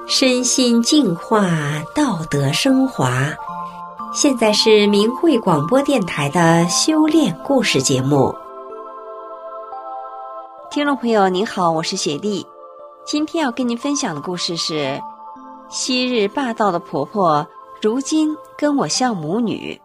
身心净化，道德升华。现在是明慧广播电台的修炼故事节目。 听众朋友您好，我是雪莉。今天要跟您分享的故事是昔日霸道的婆婆，如今跟我像母女。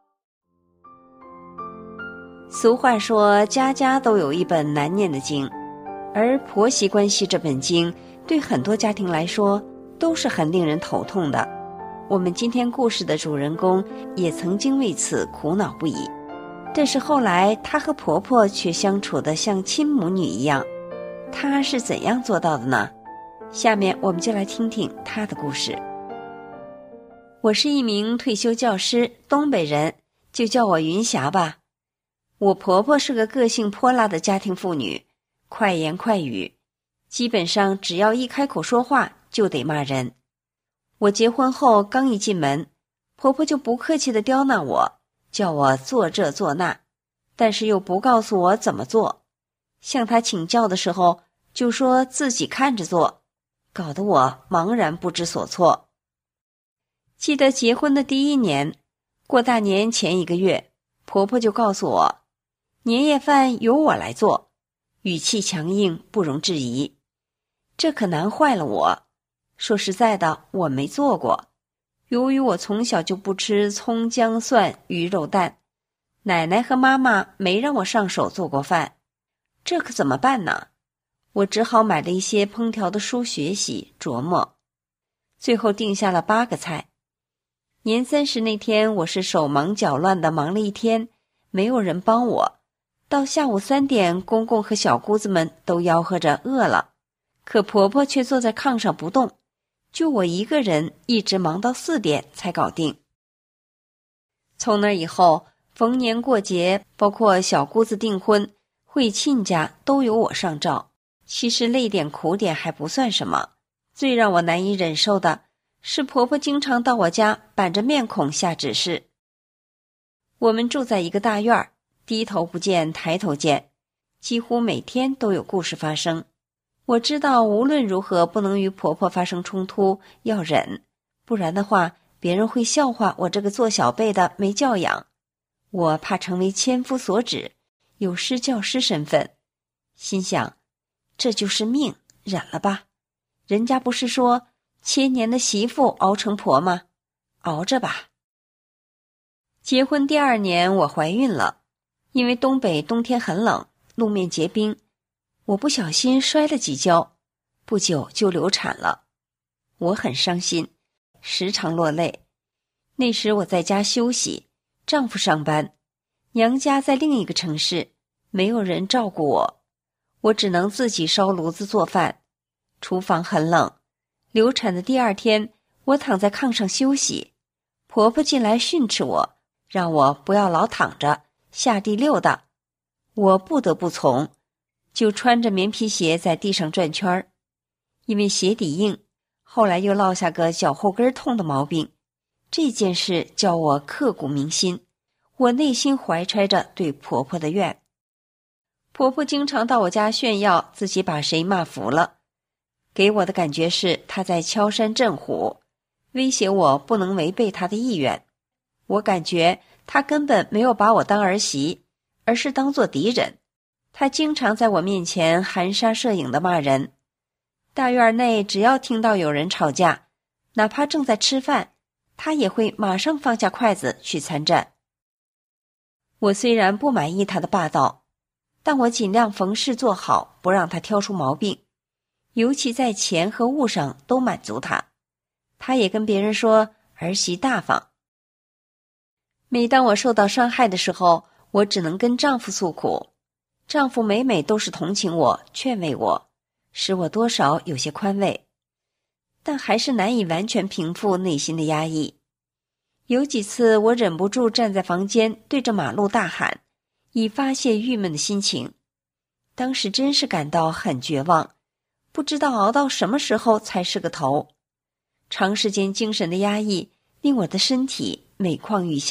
俗话说，家家都有一本难念的经，而婆媳关系这本经对很多家庭来说都是很令人头痛的。我们今天故事的主人公也曾经为此苦恼不已，但是后来她和婆婆却相处得像亲母女一样。她是怎样做到的呢？下面我们就来听听她的故事。我是一名退休教师，东北人，就叫我云霞吧。我婆婆是个个性泼辣的家庭妇女，快言快语，基本上只要一开口说话就得骂人。我结婚后刚一进门，婆婆就不客气地刁难我，叫我做这做那，但是又不告诉我怎么做。向她请教的时候，就说自己看着做，搞得我茫然不知所措。记得结婚的第一年，过大年前1个月，婆婆就告诉我，年夜饭由我来做，语气强硬，不容置疑。这可难坏了我。说实在的，我没做过。由于我从小就不吃葱姜蒜鱼肉蛋，奶奶和妈妈没让我上手做过饭，这可怎么办呢？我只好买了一些烹调的书学习琢磨，最后定下了8个菜。年30那天，我是手忙脚乱的忙了一天，没有人帮我。到下午3点，公公和小姑子们都吆喝着饿了，可婆婆却坐在炕上不动，就我一个人一直忙到4点才搞定。从那以后，逢年过节，包括小姑子订婚、会亲家，都由我上灶。其实累点苦点还不算什么，最让我难以忍受的是婆婆经常到我家板着面孔下指示。我们住在一个大院儿，低头不见抬头见，几乎每天都有故事发生。我知道无论如何不能与婆婆发生冲突，要忍，不然的话别人会笑话我这个做小辈的没教养。我怕成为千夫所指，有失教师身份，心想这就是命，忍了吧。人家不是说千年的媳妇熬成婆吗？熬着吧。结婚第2年，我怀孕了。因为东北冬天很冷，路面结冰，我不小心摔了几跤，不久就流产了。我很伤心，时常落泪。那时我在家休息，丈夫上班，娘家在另一个城市，没有人照顾我，我只能自己烧炉子做饭。厨房很冷。流产的第2天，我躺在炕上休息，婆婆进来训斥我，让我不要老躺着，下地溜达。我不得不从，就穿着棉皮鞋在地上转圈儿。因为鞋底硬，后来又落下个脚后跟痛的毛病。这件事叫我刻骨铭心，我内心怀揣着对婆婆的怨。婆婆经常到我家炫耀自己把谁骂服了，给我的感觉是她在敲山震虎，威胁我不能违背她的意愿。我感觉她根本没有把我当儿媳，而是当作敌人。她经常在我面前含沙射影地骂人。大院内只要听到有人吵架，哪怕正在吃饭，她也会马上放下筷子去参战。我虽然不满意她的霸道，但我尽量逢事做好，不让她挑出毛病，尤其在钱和物上都满足她。她也跟别人说儿媳大方。每当我受到伤害的时候，我只能跟丈夫诉苦，丈夫每每都是同情我，劝慰我，使我多少有些宽慰，但还是难以完全平复内心的压抑。有几次我忍不住站在房间对着马路大喊，以发泄郁闷的心情。当时真是感到很绝望，不知道熬到什么时候才是个头。长时间精神的压抑令我的身体每况愈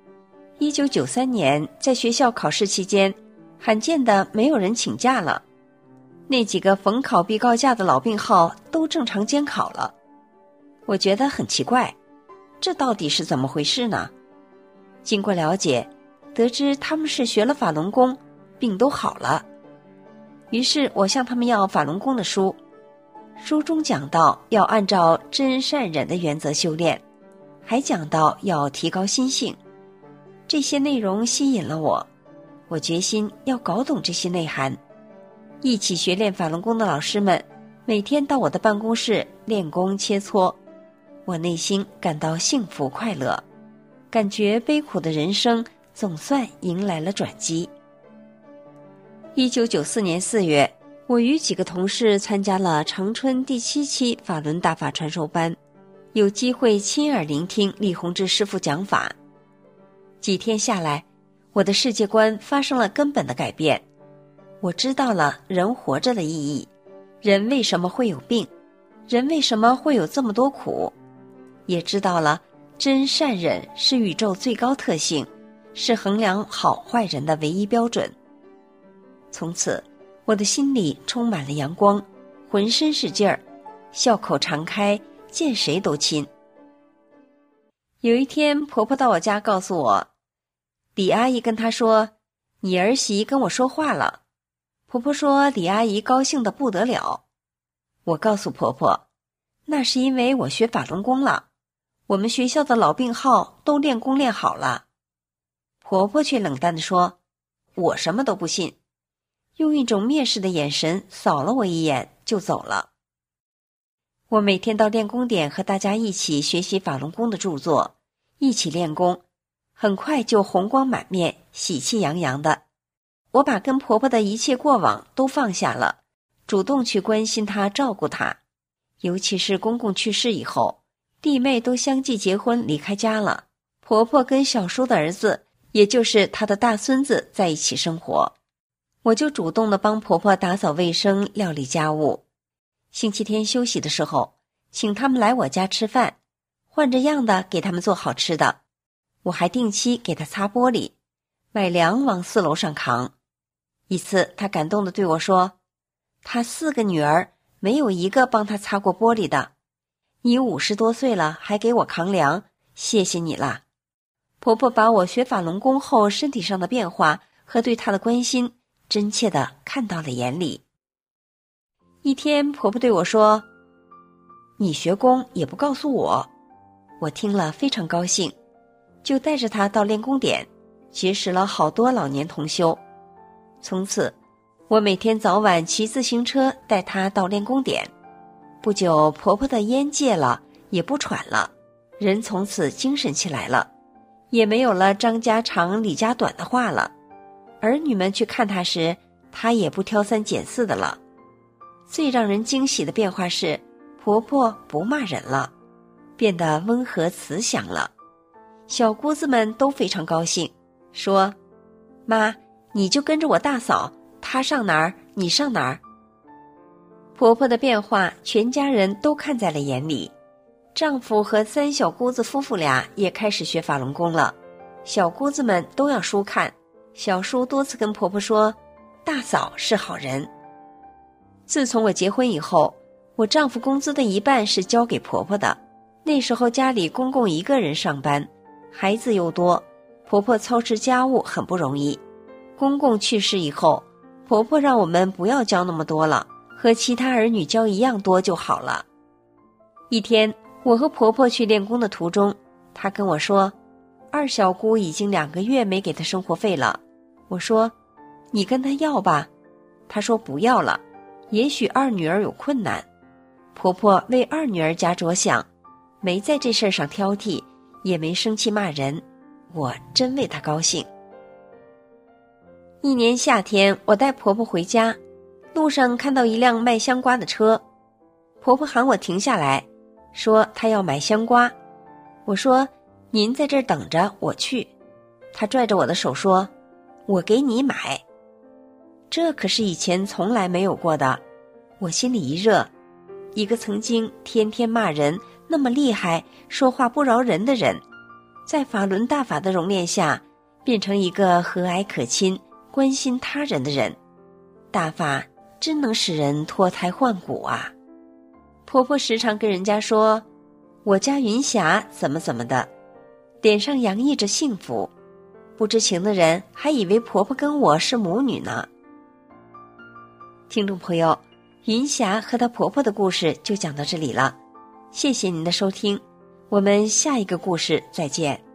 下。1993年，在学校考试期间，罕见的没有人请假了。 那几个逢考必告假的老病号都正常监考了。我觉得很奇怪，这到底是怎么回事呢？经过了解，得知他们是学了法轮功，病都好了。于是我向他们要法轮功的书，书中讲到要按照真善忍的原则修炼，还讲到要提高心性。这些内容吸引了我，我决心要搞懂这些内涵。一起学练法轮功的老师们每天到我的办公室练功切磋，我内心感到幸福快乐，感觉悲苦的人生总算迎来了转机。1994年4月，我与几个同事参加了长春第7期法轮大法传授班，有机会亲耳聆听李洪志师父讲法。几天下来，我的世界观发生了根本的改变。我知道了人活着的意义，人为什么会有病，人为什么会有这么多苦，也知道了真善忍是宇宙最高特性，是衡量好坏人的唯一标准。从此，我的心里充满了阳光，浑身是劲儿，笑口常开，见谁都亲。有一天，婆婆到我家告诉我，李阿姨跟她说，你儿媳跟我说话了。婆婆说李阿姨高兴得不得了。我告诉婆婆，那是因为我学法轮功了，我们学校的老病号都练功练好了。婆婆却冷淡地说，我什么都不信，用一种蔑视的眼神扫了我一眼就走了。我每天到练功点和大家一起学习法轮功的著作，一起练功，很快就红光满面，喜气洋洋的。我把跟婆婆的一切过往都放下了，主动去关心她，照顾她。尤其是公公去世以后，弟妹都相继结婚离开家了，婆婆跟小叔的儿子，也就是她的大孙子在一起生活。我就主动地帮婆婆打扫卫生，料理家务。星期天休息的时候，请他们来我家吃饭，换着样的给他们做好吃的。我还定期给她擦玻璃，买粮往4楼上扛。一次，她感动地对我说，她4个女儿没有一个帮她擦过玻璃的，你50多岁了还给我扛粮，谢谢你啦。婆婆把我学法轮功后身体上的变化和对她的关心真切地看到了眼里。一天，婆婆对我说，你学功也不告诉我。我听了非常高兴，就带着她到练功点，结识了好多老年同修。从此，我每天早晚骑自行车带她到练功点。不久，婆婆的烟戒了，也不喘了，人从此精神起来了，也没有了张家长李家短的话了。儿女们去看她时，她也不挑3拣4的了。最让人惊喜的变化是，婆婆不骂人了，变得温和慈祥了。小姑子们都非常高兴，说，妈，你就跟着我大嫂，她上哪儿你上哪儿。婆婆的变化全家人都看在了眼里，丈夫和3小姑子夫妇俩也开始学法轮功了。小姑子们都要书看，小叔多次跟婆婆说，大嫂是好人。自从我结婚以后，我丈夫工资的一半是交给婆婆的。那时候家里公公一个人上班，孩子又多，婆婆操持家务很不容易。公公去世以后，婆婆让我们不要交那么多了，和其他儿女交一样多就好了。一天，我和婆婆去练功的途中，她跟我说，二小姑已经2个月没给她生活费了。我说，你跟她要吧。她说不要了，也许二女儿有困难。婆婆为二女儿家着想，没在这事上挑剔，也没生气骂人，我真为她高兴。一年夏天，我带婆婆回家，路上看到一辆卖香瓜的车，婆婆喊我停下来，说她要买香瓜。我说，您在这儿等着，我去。她拽着我的手说，我给你买。这可是以前从来没有过的。我心里一热，一个曾经天天骂人，那么厉害，说话不饶人的人，在法轮大法的熔炼下，变成一个和蔼可亲，关心他人的人。大法真能使人脱胎换骨啊。婆婆时常跟人家说，我家云霞怎么怎么的，脸上洋溢着幸福，不知情的人还以为婆婆跟我是母女呢。听众朋友，云霞和她婆婆的故事就讲到这里了，谢谢您的收听，我们下一个故事再见。